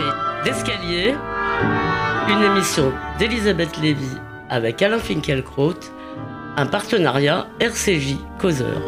d'Escalier, une émission d'Elisabeth Lévy avec Alain Finkielkraut, un partenariat RCJ Causeur.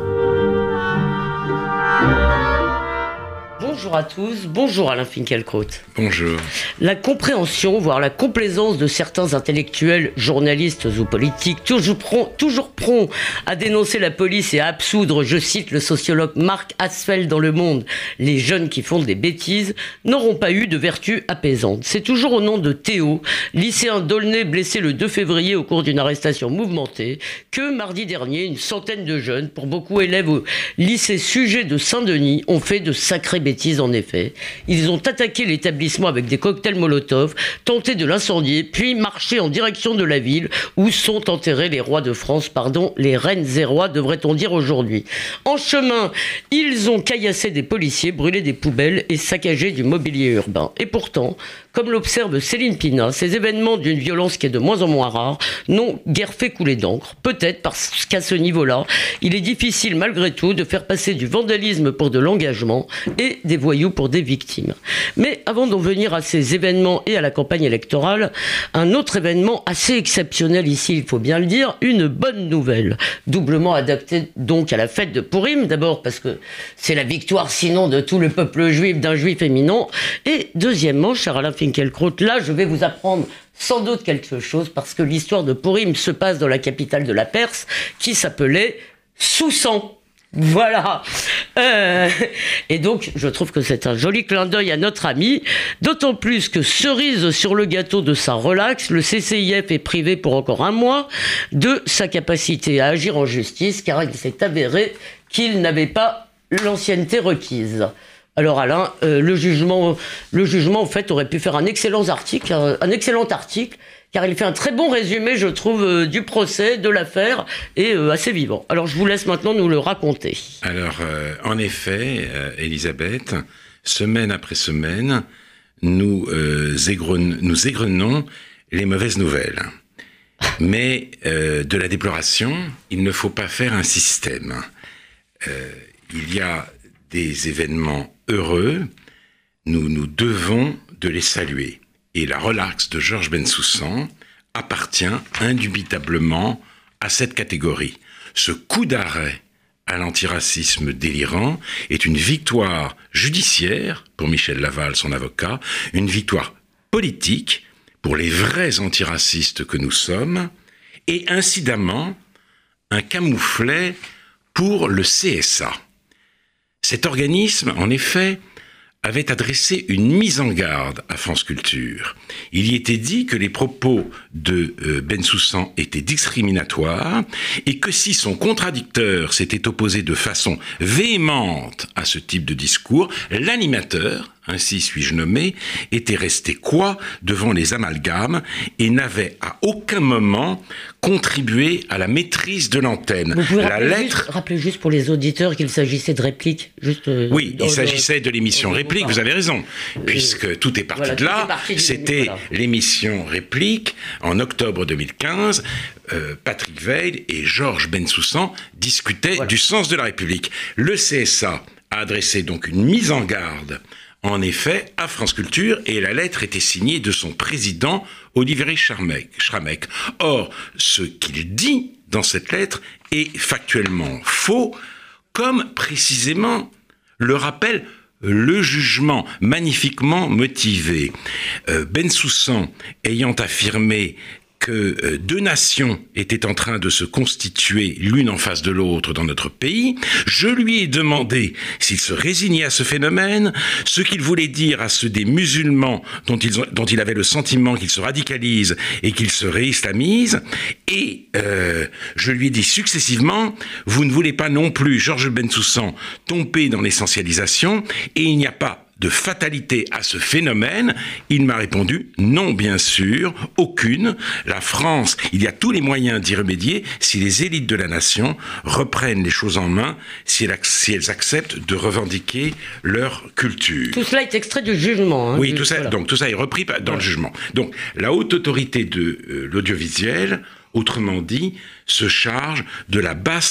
Bonjour à tous, bonjour Alain Finkielkraut. Bonjour. La compréhension, voire la complaisance de certains intellectuels, journalistes ou politiques, toujours prompts à dénoncer la police et à absoudre, je cite le sociologue Marc Asfeld dans Le Monde, les jeunes qui font des bêtises, n'auront pas eu de vertu apaisante. C'est toujours au nom de Théo, lycéen d'Aulnay blessé le 2 février au cours d'une arrestation mouvementée, que mardi dernier, une centaine de jeunes, pour beaucoup élèves au lycée Suget de Saint-Denis, ont fait de sacrées bêtises en effet. Ils ont attaqué l'établissement avec des cocktails Molotov, tenté de l'incendier, puis marché en direction de la ville où sont enterrés les rois de France, les reines et rois devrait-on dire aujourd'hui. En chemin, ils ont caillassé des policiers, brûlé des poubelles et saccagé du mobilier urbain. Et pourtant, comme l'observe Céline Pina, ces événements d'une violence qui est de moins en moins rare n'ont guère fait couler d'encre. Peut-être parce qu'à ce niveau-là, il est difficile malgré tout de faire passer du vandalisme pour de l'engagement et des voyous pour des victimes. Mais avant d'en venir à ces événements et à la campagne électorale, un autre événement assez exceptionnel ici, il faut bien le dire, une bonne nouvelle. Doublement adaptée donc à la fête de Pourim, d'abord parce que c'est la victoire sinon de tout le peuple juif, d'un juif éminent, et deuxièmement, cher Alain Finkielkraut, là je vais vous apprendre sans doute quelque chose parce que l'histoire de Pourim se passe dans la capitale de la Perse qui s'appelait Soussan. Voilà. Et donc, je trouve que c'est un joli clin d'œil à notre ami, d'autant plus que cerise sur le gâteau de sa relaxe, le CCIF est privé pour encore un mois de sa capacité à agir en justice car il s'est avéré qu'il n'avait pas l'ancienneté requise. Alors Alain, le jugement en fait aurait pu faire un excellent article, car il fait un très bon résumé, je trouve, du procès, de l'affaire, et assez vivant. Alors je vous laisse maintenant nous le raconter. Alors, en effet, Elisabeth, semaine après semaine, nous égrenons les mauvaises nouvelles. Mais de la déploration, il ne faut pas faire un système. Il y a des événements heureux, nous devons de les saluer. Et la relaxe de Georges Bensoussan appartient indubitablement à cette catégorie. Ce coup d'arrêt à l'antiracisme délirant est une victoire judiciaire pour Michel Laval, son avocat, une victoire politique pour les vrais antiracistes que nous sommes, et incidemment un camouflet pour le CSA. Cet organisme, en effet, avait adressé une mise en garde à France Culture. Il y était dit que les propos de Bensoussan étaient discriminatoires et que si son contradicteur s'était opposé de façon véhémente à ce type de discours, l'animateur, ainsi suis-je nommé, était resté coi devant les amalgames et n'avait à aucun moment contribué à la maîtrise de l'antenne. Vous pouvez rappeler juste pour les auditeurs qu'il s'agissait de répliques. Oui, il s'agissait de l'émission Réplique, vous avez raison, puisque tout est parti de là. C'était l'émission Réplique en octobre 2015. Patrick Veil et Georges Bensoussan discutaient du sens de la République. Le CSA a adressé donc une mise en garde en effet, à France Culture, et la lettre était signée de son président, Olivier Schrammeck. Or, ce qu'il dit dans cette lettre est factuellement faux, comme précisément le rappelle le jugement magnifiquement motivé. Bensoussan ayant affirmé que deux nations étaient en train de se constituer l'une en face de l'autre dans notre pays, je lui ai demandé s'il se résignait à ce phénomène, ce qu'il voulait dire à ceux des musulmans dont il avait le sentiment qu'ils se radicalisent et qu'ils se réislamisent, et je lui ai dit successivement, vous ne voulez pas non plus, Georges Bensoussan, tomber dans l'essentialisation, et il n'y a pas de fatalité à ce phénomène. Il m'a répondu non, bien sûr, aucune. La France, il y a tous les moyens d'y remédier si les élites de la nation reprennent les choses en main, si elles acceptent de revendiquer leur culture. Tout cela est extrait du jugement. Oui, tout ça, voilà. Donc tout ça est repris dans le jugement. Donc la haute autorité de l'audiovisuel, autrement dit, se charge de la basse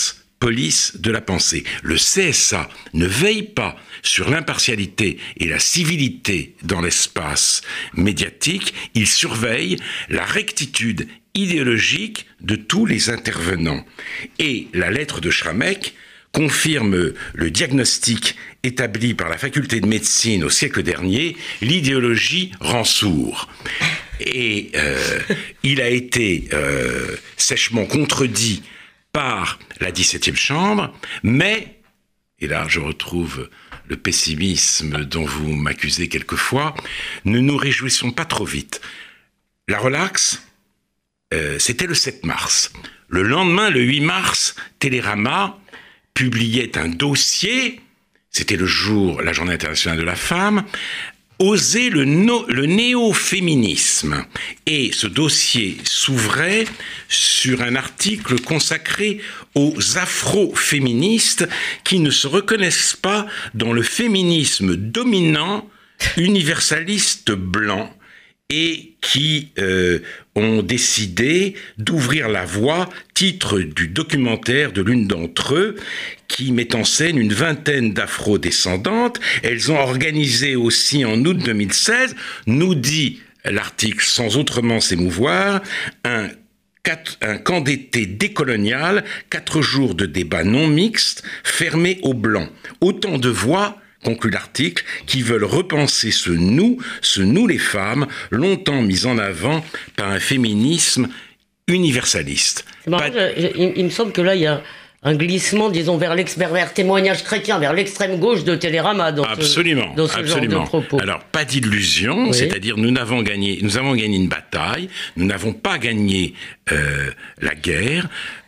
police de la pensée. Le CSA ne veille pas sur l'impartialité et la civilité dans l'espace médiatique, il surveille la rectitude idéologique de tous les intervenants. Et la lettre de Schrammeck confirme le diagnostic établi par la faculté de médecine au siècle dernier, l'idéologie rend sourd. Et il a été sèchement contredit par la 17e chambre, mais, et là je retrouve le pessimisme dont vous m'accusez quelquefois, ne nous réjouissons pas trop vite. La relaxe, c'était le 7 mars. Le lendemain, le 8 mars, Télérama publiait un dossier, c'était le jour, la Journée internationale de la femme, Oser le néo-féminisme. Et ce dossier s'ouvrait sur un article consacré aux afro-féministes qui ne se reconnaissent pas dans le féminisme dominant, universaliste blanc, et qui ont décidé d'ouvrir la voie, titre du documentaire de l'une d'entre eux, qui met en scène une vingtaine d'afro-descendantes. Elles ont organisé aussi en août 2016, nous dit l'article sans autrement s'émouvoir, un camp d'été décolonial, 4 jours de débat non mixte, fermé aux Blancs. Autant de voix, conclut l'article, qui veulent repenser ce nous les femmes, longtemps mis en avant par un féminisme universaliste. C'est marrant, il me semble que là, il y a un glissement, disons, vers témoignage chrétien, vers l'extrême gauche de Télérama dans absolument, ce genre de propos. Alors, pas d'illusion, oui. C'est-à-dire nous avons gagné une bataille, nous n'avons pas gagné la guerre,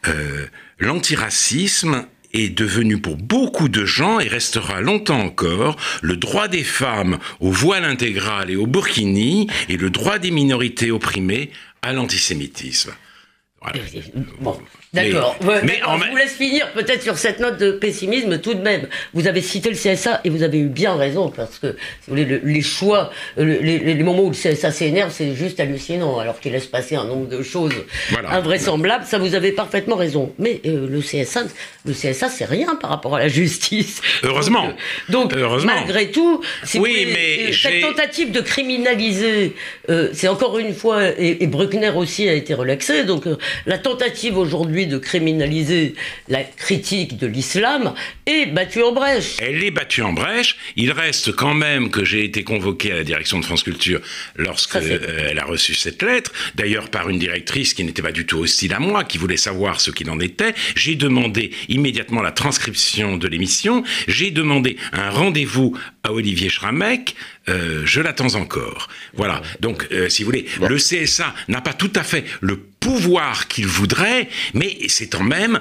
l'antiracisme est devenu pour beaucoup de gens, et restera longtemps encore, le droit des femmes au voile intégral et au burkini, et le droit des minorités opprimées à l'antisémitisme. Voilà. Bon, d'accord. Je vous laisse finir peut-être sur cette note de pessimisme tout de même. Vous avez cité le CSA et vous avez eu bien raison parce que, si vous voulez, les choix, les moments où le CSA s'énerve, c'est juste hallucinant, alors qu'il laisse passer un nombre de choses invraisemblables. Ça, vous avez parfaitement raison. Mais le CSA, c'est rien par rapport à la justice. Heureusement. Donc heureusement. Malgré tout, si vous voulez, cette tentative de criminaliser, c'est encore une fois, et Bruckner aussi a été relaxé, donc la tentative aujourd'hui de criminaliser la critique de l'islam est battue en brèche. Elle est battue en brèche. Il reste quand même que j'ai été convoqué à la direction de France Culture lorsqu'elle a reçu cette lettre, d'ailleurs par une directrice qui n'était pas du tout hostile à moi, qui voulait savoir ce qu'il en était. J'ai demandé immédiatement la transcription de l'émission, j'ai demandé un rendez-vous à Olivier Schrammeck, je l'attends encore. Voilà, donc si vous voulez, le CSA n'a pas tout à fait le pouvoir qu'il voudrait, mais c'est quand même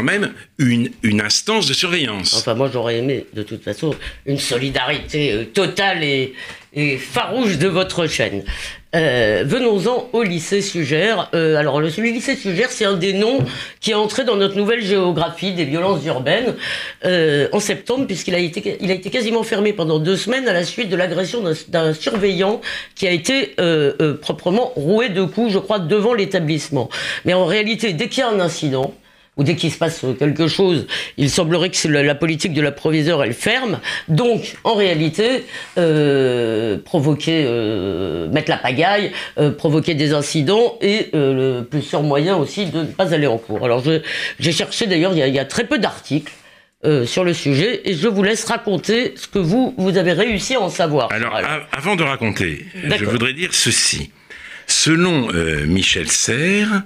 une instance de surveillance. Enfin, moi j'aurais aimé, de toute façon, une solidarité totale et farouche de votre chaîne. Venons-en au lycée Sugère. Alors, le lycée Sugère, c'est un des noms qui est entré dans notre nouvelle géographie des violences urbaines en septembre, puisqu'il a été quasiment fermé pendant 2 semaines à la suite de l'agression d'un surveillant qui a été proprement roué de coups, je crois, devant l'établissement. Mais en réalité, dès qu'il y a un incident, ou dès qu'il se passe quelque chose, il semblerait que la politique de la proviseure, elle ferme. Donc, en réalité, mettre la pagaille, provoquer des incidents et le plus sûr moyen aussi de ne pas aller en cours. Alors, j'ai cherché d'ailleurs, il y a très peu d'articles sur le sujet et je vous laisse raconter ce que vous avez réussi à en savoir. Alors, avant de raconter, je voudrais dire ceci. Selon Michel Serres,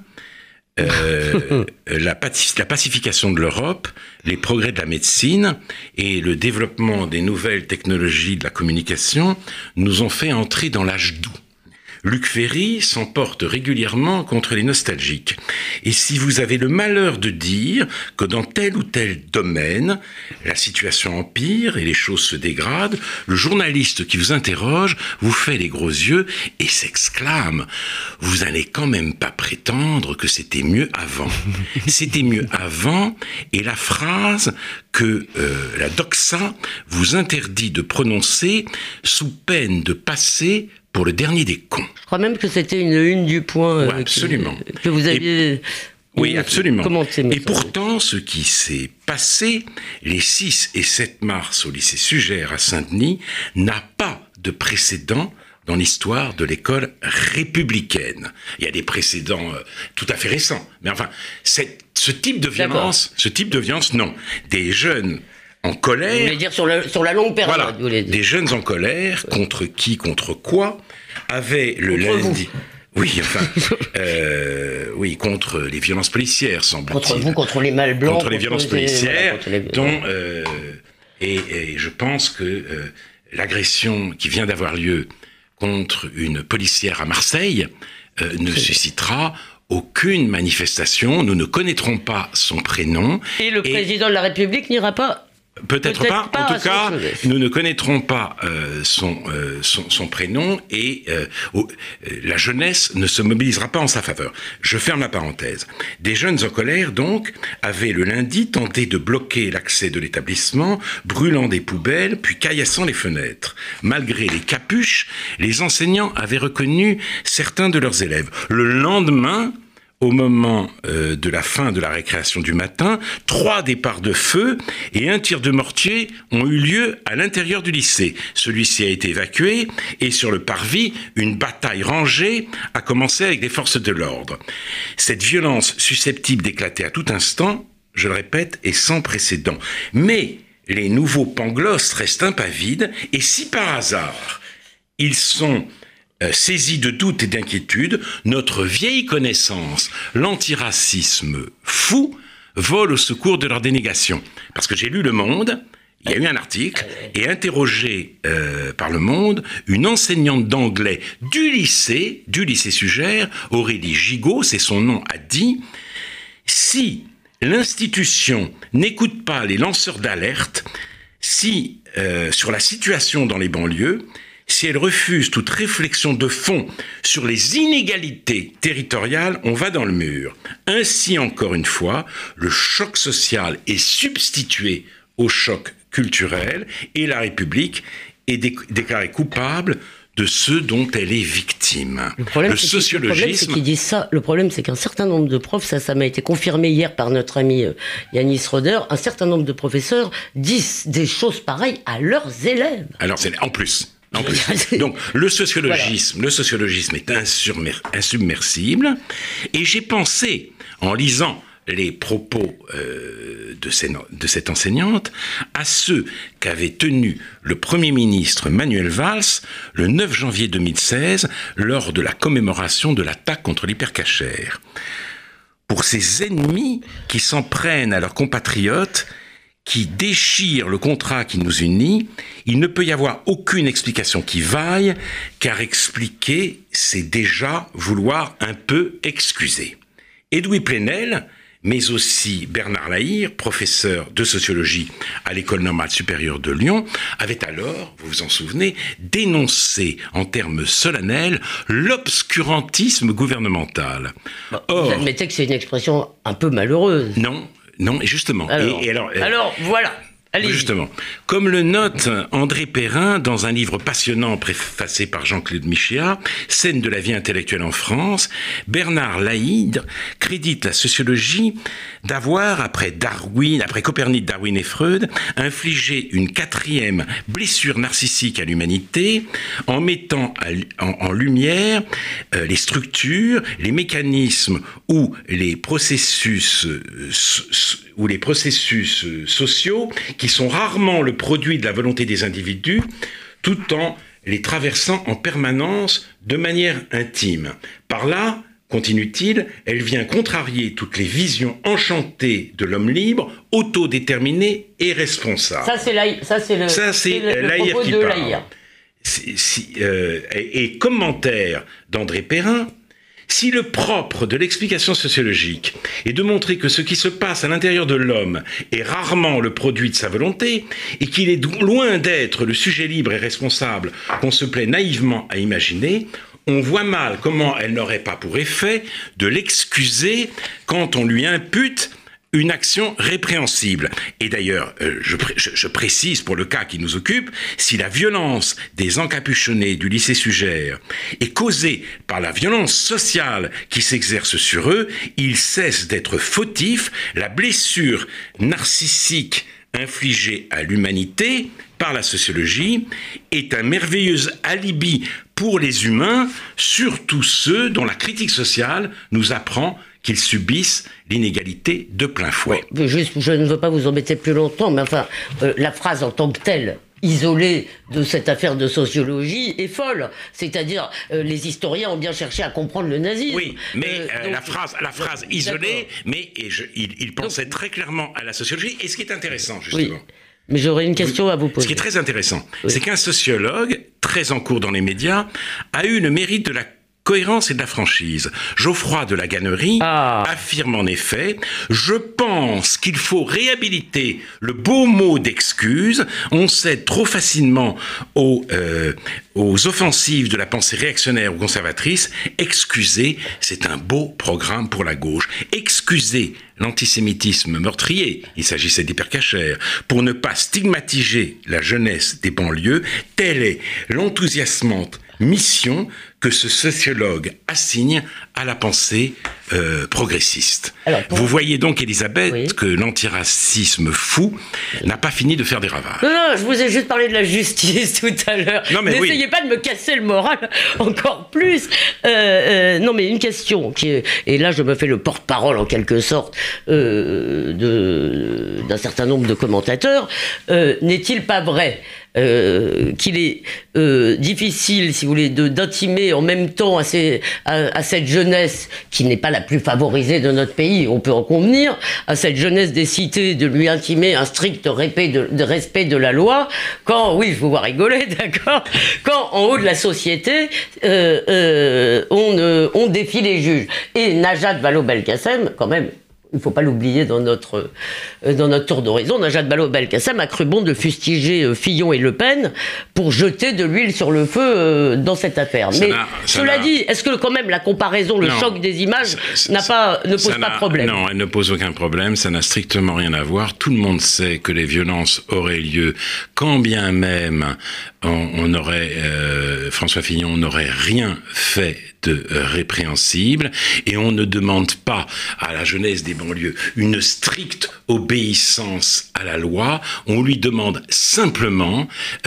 la pacification de l'Europe, les progrès de la médecine et le développement des nouvelles technologies de la communication nous ont fait entrer dans l'âge doux. Luc Ferry s'emporte régulièrement contre les nostalgiques. Et si vous avez le malheur de dire que dans tel ou tel domaine, la situation empire et les choses se dégradent, le journaliste qui vous interroge vous fait les gros yeux et s'exclame « Vous n'allez quand même pas prétendre que c'était mieux avant ». C'était mieux avant, et la phrase que la doxa vous interdit de prononcer sous peine de passer pour le dernier des cons. Je crois même que c'était une du Point absolument. Que vous aviez Oui, absolument. Et pourtant, ce qui s'est passé les 6 et 7 mars au lycée Sugère à Saint-Denis n'a pas de précédent dans l'histoire de l'école républicaine. Il y a des précédents tout à fait récents. Mais enfin, ce type de violence, non. Des jeunes en colère... Vous voulez dire sur la longue période. Voilà, des jeunes en colère, contre qui, contre quoi, avaient le lundi... Oui, enfin, contre les violences policières, semble-t-il. Contre vous, contre les mâles blancs. Contre les violences policières, dont, et je pense que l'agression qui vient d'avoir lieu contre une policière à Marseille ne suscitera aucune manifestation. Nous ne connaîtrons pas son prénom. Et le président de la République n'ira pas. Peut-être pas. En tout cas, nous ne connaîtrons pas son prénom et la jeunesse ne se mobilisera pas en sa faveur. Je ferme la parenthèse. Des jeunes en colère, donc, avaient le lundi tenté de bloquer l'accès de l'établissement, brûlant des poubelles, puis caillassant les fenêtres. Malgré les capuches, les enseignants avaient reconnu certains de leurs élèves. Le lendemain, au moment de la fin de la récréation du matin, 3 départs de feu et un tir de mortier ont eu lieu à l'intérieur du lycée. Celui-ci a été évacué et sur le parvis, une bataille rangée a commencé avec les forces de l'ordre. Cette violence susceptible d'éclater à tout instant, je le répète, est sans précédent. Mais les nouveaux Pangloss restent impavides et si par hasard, ils sont... saisis de doute et d'inquiétude, notre vieille connaissance, l'antiracisme fou, vole au secours de leur dénégation. Parce que j'ai lu Le Monde, il y a eu un article, et interrogé par Le Monde, une enseignante d'anglais du lycée Sugère, Aurélie Gigot, c'est son nom, a dit « Si l'institution n'écoute pas les lanceurs d'alerte, sur la situation dans les banlieues, si elle refuse toute réflexion de fond sur les inégalités territoriales, on va dans le mur. Ainsi, encore une fois, le choc social est substitué au choc culturel et la République est déclarée coupable de ceux dont elle est victime. Le problème, c'est qu'ils disent ça. Le problème, c'est qu'un certain nombre de profs, ça m'a été confirmé hier par notre ami Yanis Roder, un certain nombre de professeurs disent des choses pareilles à leurs élèves. Alors, en plus. Donc, le sociologisme est insubmersible. Et j'ai pensé, en lisant les propos de cette enseignante, à ceux qu'avait tenus le Premier ministre Manuel Valls le 9 janvier 2016 lors de la commémoration de l'attaque contre l'hypercachère. Pour ces ennemis qui s'en prennent à leurs compatriotes, qui déchire le contrat qui nous unit, il ne peut y avoir aucune explication qui vaille, car expliquer, c'est déjà vouloir un peu excuser. Edoui Plenel, mais aussi Bernard Lahire, professeur de sociologie à l'École normale supérieure de Lyon, avait alors, vous vous en souvenez, dénoncé en termes solennels l'obscurantisme gouvernemental. Or, vous admettez que c'est une expression un peu malheureuse. Non, et justement. Alors, voilà. Allez-y. Justement, comme le note André Perrin dans un livre passionnant préfacé par Jean-Claude Michéa, Scène de la vie intellectuelle en France, Bernard Lahire crédite la sociologie d'avoir, après Copernic, Darwin et Freud, infligé une 4e blessure narcissique à l'humanité en mettant en lumière les structures, les mécanismes ou les processus sociaux qui sont rarement le produit de la volonté des individus, tout en les traversant en permanence de manière intime. Par là, continue-t-il, elle vient contrarier toutes les visions enchantées de l'homme libre, autodéterminé et responsable. Ça, c'est Lahire qui parle. Et commentaire d'André Perrin, si le propre de l'explication sociologique est de montrer que ce qui se passe à l'intérieur de l'homme est rarement le produit de sa volonté et qu'il est loin d'être le sujet libre et responsable qu'on se plaît naïvement à imaginer, on voit mal comment elle n'aurait pas pour effet de l'excuser quand on lui impute une action répréhensible. Et d'ailleurs, je précise pour le cas qui nous occupe, si la violence des encapuchonnés du lycée Sugère est causée par la violence sociale qui s'exerce sur eux, ils cessent d'être fautifs. La blessure narcissique infligée à l'humanité par la sociologie est un merveilleux alibi pour les humains, surtout ceux dont la critique sociale nous apprend qu'ils subissent l'inégalité de plein fouet. Ouais, juste, je ne veux pas vous embêter plus longtemps, mais enfin, la phrase en tant que telle, isolée de cette affaire de sociologie, est folle. C'est-à-dire, les historiens ont bien cherché à comprendre le nazisme. Oui, mais donc, la phrase isolée, mais il pensait très clairement à la sociologie. Et ce qui est intéressant, justement... Oui. Mais j'aurais une question à vous poser. Ce qui est très intéressant, c'est qu'un sociologue, très en cours dans les médias, a eu le mérite de la cohérence et de la franchise. Geoffroy de la Gannerie affirme en effet « Je pense qu'il faut réhabiliter le beau mot d'excuse. On cède trop facilement aux offensives de la pensée réactionnaire ou conservatrice. Excuser, c'est un beau programme pour la gauche. Excuser l'antisémitisme meurtrier, il s'agissait d'hypercachère, pour ne pas stigmatiser la jeunesse des banlieues, telle est l'enthousiasmante mission que ce sociologue assigne à la pensée progressiste. Alors, vous voyez donc, Elisabeth, que l'antiracisme fou n'a pas fini de faire des ravages. Non, je vous ai juste parlé de la justice tout à l'heure. N'essayez pas de me casser le moral encore plus. Non, mais une question, et là je me fais le porte-parole en quelque sorte d'un certain nombre de commentateurs. N'est-il pas vrai qu'il est difficile, si vous voulez, d'intimer en même temps à cette jeunesse qui n'est pas la plus favorisée de notre pays, on peut en convenir, à cette jeunesse des cités, de lui intimer un strict respect de la loi, quand, oui, je vous vois rigoler, d'accord, quand en haut de la société, on défie les juges. Et Najat Vallaud-Belkacem, quand même, il ne faut pas l'oublier dans notre tour d'horizon, Najat Vallaud-Belkacem a cru bon de fustiger Fillon et Le Pen pour jeter de l'huile sur le feu dans cette affaire. Mais cela dit, est-ce que quand même la comparaison, le choc des images ne pose pas de problème? Non, elle ne pose aucun problème, ça n'a strictement rien à voir. Tout le monde sait que les violences auraient lieu, quand bien même François Fillon n'aurait rien fait de répréhensible, et on ne demande pas à la jeunesse des banlieues une stricte obéissance à la loi, on lui demande simplement,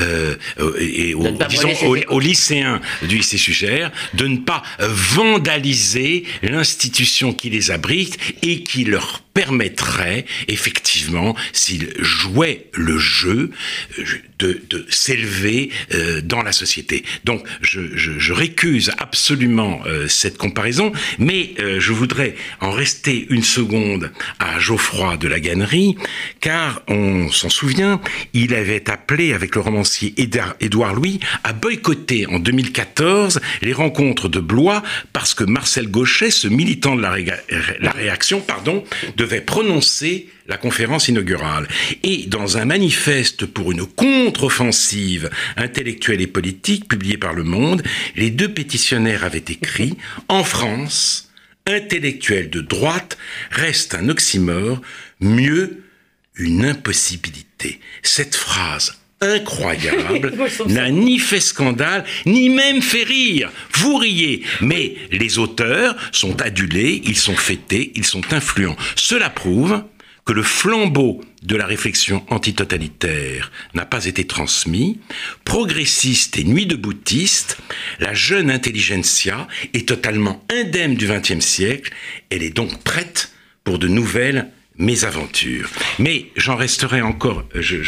aux lycéens du lycée Sugère, de ne pas vandaliser l'institution qui les abrite et qui leur permettrait, effectivement, s'ils jouaient le jeu, de s'élever dans la société. Donc, je récuse absolument cette comparaison, mais je voudrais en rester une seconde à Geoffroy de la Gannerie, car on s'en souvient, il avait appelé avec le romancier Édouard Louis à boycotter en 2014 les rencontres de Blois parce que Marcel Gauchet, ce militant de la réaction, devait prononcer la conférence inaugurale. Et dans un manifeste pour une contre-offensive intellectuelle et politique publié par Le Monde, les deux pétitionnaires avaient écrit « En France, intellectuel de droite reste un oxymore, mieux une impossibilité. » Cette phrase incroyable n'a ni fait scandale, ni même fait rire. Vous riez, mais les auteurs sont adulés, ils sont fêtés, ils sont influents. Cela prouve que le flambeau de la réflexion antitotalitaire n'a pas été transmis. Progressiste et nuit deboutiste, la jeune intelligentsia est totalement indemne du XXe siècle. Elle est donc prête pour de nouvelles mésaventures. Mais j'en resterai encore,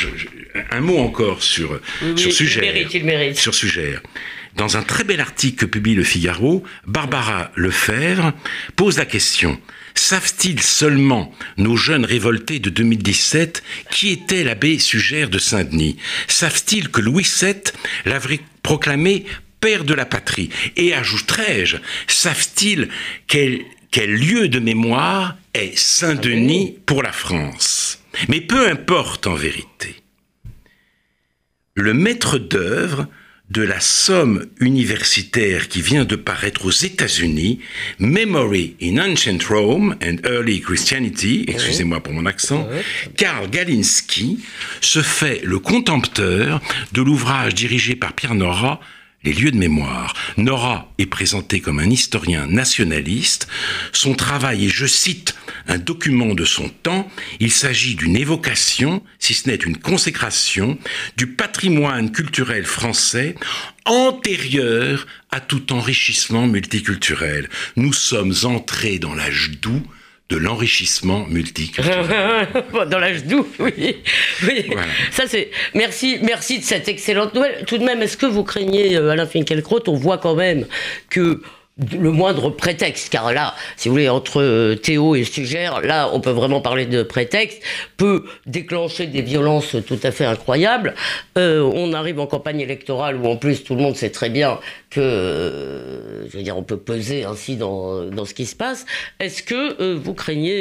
un mot encore sur Sugère. Il mérite. Sur Sugère. Dans un très bel article que publie Le Figaro, Barbara Lefebvre pose la question: savent-ils seulement, nos jeunes révoltés de 2017, qui était l'abbé Sugère de Saint-Denis? Savent-ils que Louis VII l'avait proclamé père de la patrie? Et ajouterai-je, savent-ils quel lieu de mémoire est Saint-Denis pour la France? Mais peu importe en vérité. Le maître d'œuvre de la somme universitaire qui vient de paraître aux États-Unis, Memory in Ancient Rome and Early Christianity, excusez-moi pour mon accent, Karl Galinski se fait le contempteur de l'ouvrage dirigé par Pierre Nora, Les lieux de mémoire. Nora est présenté comme un historien nationaliste. Son travail est, je cite, un document de son temps. Il s'agit d'une évocation, si ce n'est une consécration, du patrimoine culturel français antérieur à tout enrichissement multiculturel. Nous sommes entrés dans l'âge doux de l'enrichissement multiculturel. Dans l'âge doux, oui. Voilà. Ça, c'est... Merci de cette excellente nouvelle. Tout de même, est-ce que vous craignez, Alain Finkielkraut, on voit quand même que le moindre prétexte, car là, si vous voulez, entre Théo et Stugère, là, on peut vraiment parler de prétexte, peut déclencher des violences tout à fait incroyables. On arrive en campagne électorale où, en plus, tout le monde sait très bien que, je veux dire, on peut peser ainsi dans ce qui se passe. Est-ce que vous craignez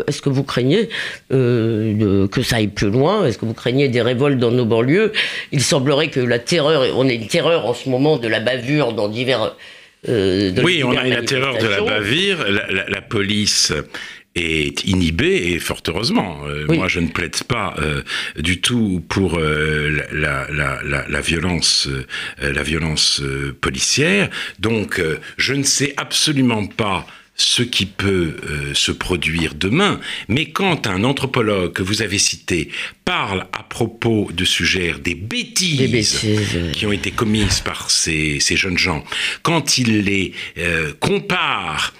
que ça aille plus loin? Est-ce que vous craignez des révoltes dans nos banlieues? Il semblerait que la terreur, on ait une terreur en ce moment de la bavure dans divers... oui, on a la terreur de la bavure, la police est inhibée, et fort heureusement. Oui. Moi, je ne plaide pas du tout pour la violence policière. Donc, je ne sais absolument pas ce qui peut se produire demain, mais quand un anthropologue que vous avez cité parle à propos de Stugère des bêtises qui ont été commises par ces jeunes gens, quand il les compare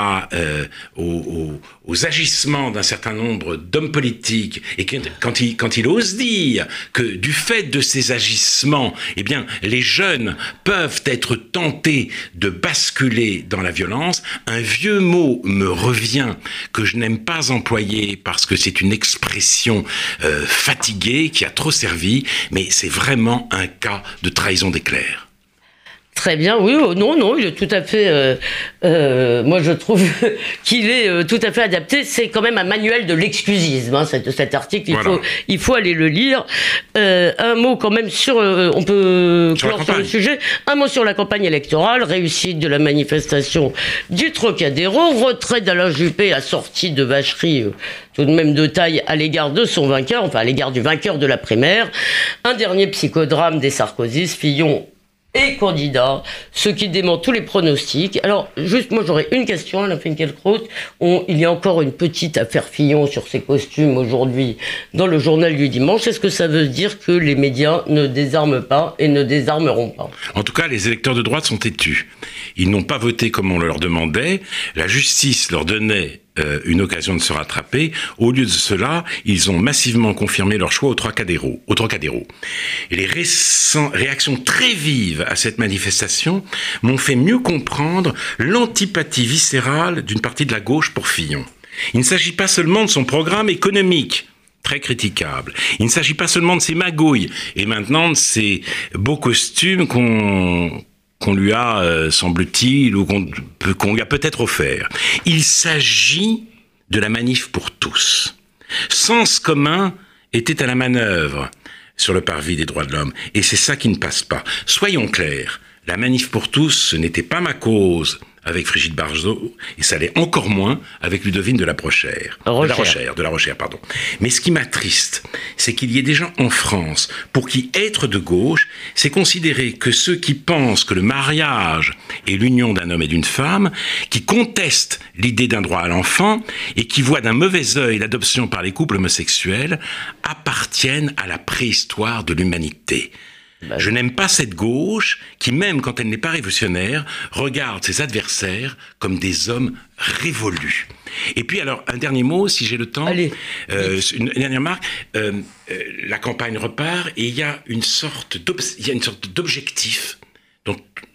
aux agissements d'un certain nombre d'hommes politiques, et quand il ose dire que du fait de ces agissements, eh bien, les jeunes peuvent être tentés de basculer dans la violence, un vieux mot me revient que je n'aime pas employer parce que c'est une expression fatiguée qui a trop servi, mais c'est vraiment un cas de trahison d'éclair. Très bien, oui, non, il est tout à fait... moi, je trouve qu'il est tout à fait adapté. C'est quand même un manuel de l'exclusisme, hein, cet article. Il faut aller le lire. Un mot quand même sur... on peut clore sur le sujet. Un mot sur la campagne électorale. Réussite de la manifestation du Trocadéro. Retrait d'Alain Juppé assorti de vacheries tout de même de taille à l'égard de son vainqueur, enfin à l'égard du vainqueur de la primaire. Un dernier psychodrame des Sarkozystes. Fillon et candidat, ce qui dément tous les pronostics. Alors, juste, moi, j'aurais une question, Alain Finkielkraut. Il y a encore une petite affaire Fillon sur ses costumes aujourd'hui dans le journal du dimanche. Est-ce que ça veut dire que les médias ne désarment pas et ne désarmeront pas? En tout cas, les électeurs de droite sont têtus. Ils n'ont pas voté comme on leur demandait. La justice leur donnait une occasion de se rattraper. Au lieu de cela, ils ont massivement confirmé leur choix au Trocadéro. Et les réactions très vives à cette manifestation m'ont fait mieux comprendre l'antipathie viscérale d'une partie de la gauche pour Fillon. Il ne s'agit pas seulement de son programme économique, très critiquable. Il ne s'agit pas seulement de ses magouilles et maintenant de ses beaux costumes qu'on lui a, semble-t-il, ou qu'on lui a peut-être offert. Il s'agit de la manif pour tous. Sens commun était à la manœuvre sur le parvis des droits de l'homme, et c'est ça qui ne passe pas. Soyons clairs, la manif pour tous, ce n'était pas ma cause avec Brigitte Bardot, et ça l'est encore moins avec Ludovine de la Rochère. Mais ce qui m'attriste, c'est qu'il y ait des gens en France pour qui être de gauche, c'est considérer que ceux qui pensent que le mariage est l'union d'un homme et d'une femme, qui contestent l'idée d'un droit à l'enfant et qui voient d'un mauvais œil l'adoption par les couples homosexuels, appartiennent à la préhistoire de l'humanité. Je n'aime pas cette gauche qui, même quand elle n'est pas révolutionnaire, regarde ses adversaires comme des hommes révolus. Et puis alors, un dernier mot, si j'ai le temps. Allez. Une dernière remarque. La campagne repart et il y a une sorte d'objectif. Donc,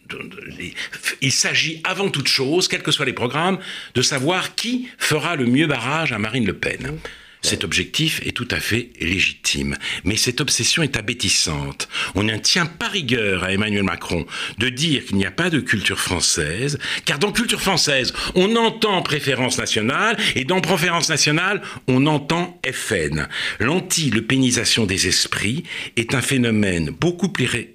il s'agit avant toute chose, quels que soient les programmes, de savoir qui fera le mieux barrage à Marine Le Pen. Cet objectif est tout à fait légitime, mais cette obsession est abétissante. On ne tient pas rigueur à Emmanuel Macron de dire qu'il n'y a pas de culture française, car dans culture française, on entend préférence nationale, et dans préférence nationale, on entend FN. L'anti-lepénisation des esprits est un phénomène beaucoup plus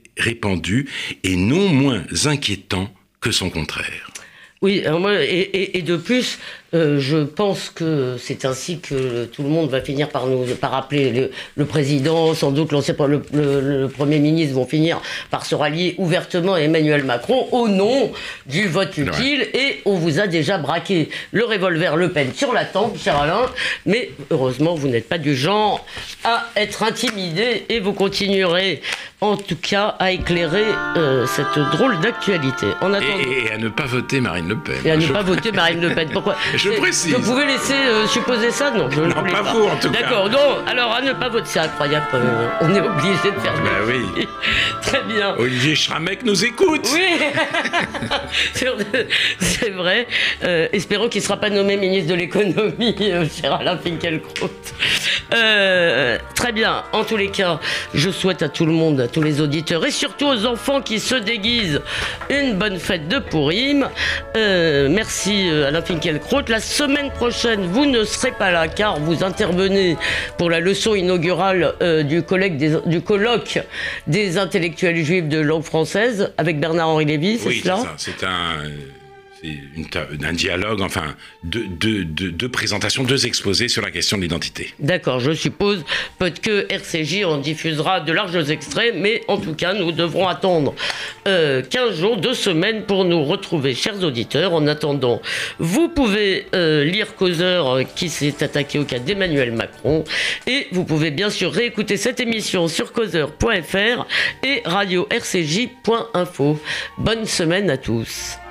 répandu et non moins inquiétant que son contraire. Oui, alors moi, et de plus, je pense que c'est ainsi que tout le monde va finir par appeler le président, sans doute le Premier ministre vont finir par se rallier ouvertement à Emmanuel Macron au nom du vote utile, et on vous a déjà braqué le revolver Le Pen sur la tempe, cher Alain, mais heureusement vous n'êtes pas du genre à être intimidé et vous continuerez en tout cas à éclairer cette drôle d'actualité. En attendant... et à ne pas voter Marine Le Pen. Et à ne pas voter Marine Le Pen. Pourquoi ? Je précise. Vous pouvez laisser supposer ça ? Non, je ne voulais pas. Vous, en tout cas. D'accord, non, alors à ne pas voter, c'est incroyable quand même. On est obligé de faire ça. Oui. Très bien. Olivier Schramek nous écoute. Oui, c'est vrai. Espérons qu'il ne sera pas nommé ministre de l'économie, cher Alain Finkielkraut. Très bien. En tous les cas, je souhaite à tout le monde, à tous les auditeurs et surtout aux enfants qui se déguisent, une bonne fête de Pourim. Merci Alain Finkielkraut. La semaine prochaine, vous ne serez pas là car vous intervenez pour la leçon inaugurale du colloque des intellectuels juifs de langue française avec Bernard-Henri Lévy, c'est cela ? Oui, c'est ça. C'est un dialogue, enfin, deux présentations, deux exposés sur la question de l'identité. D'accord, je suppose peut-être que RCJ en diffusera de larges extraits, mais en tout cas, nous devrons attendre 15 jours, 2 semaines pour nous retrouver, chers auditeurs. En attendant, vous pouvez lire Causeur qui s'est attaqué au cas d'Emmanuel Macron, et vous pouvez bien sûr réécouter cette émission sur causeur.fr et radio-rcj.info. Bonne semaine à tous.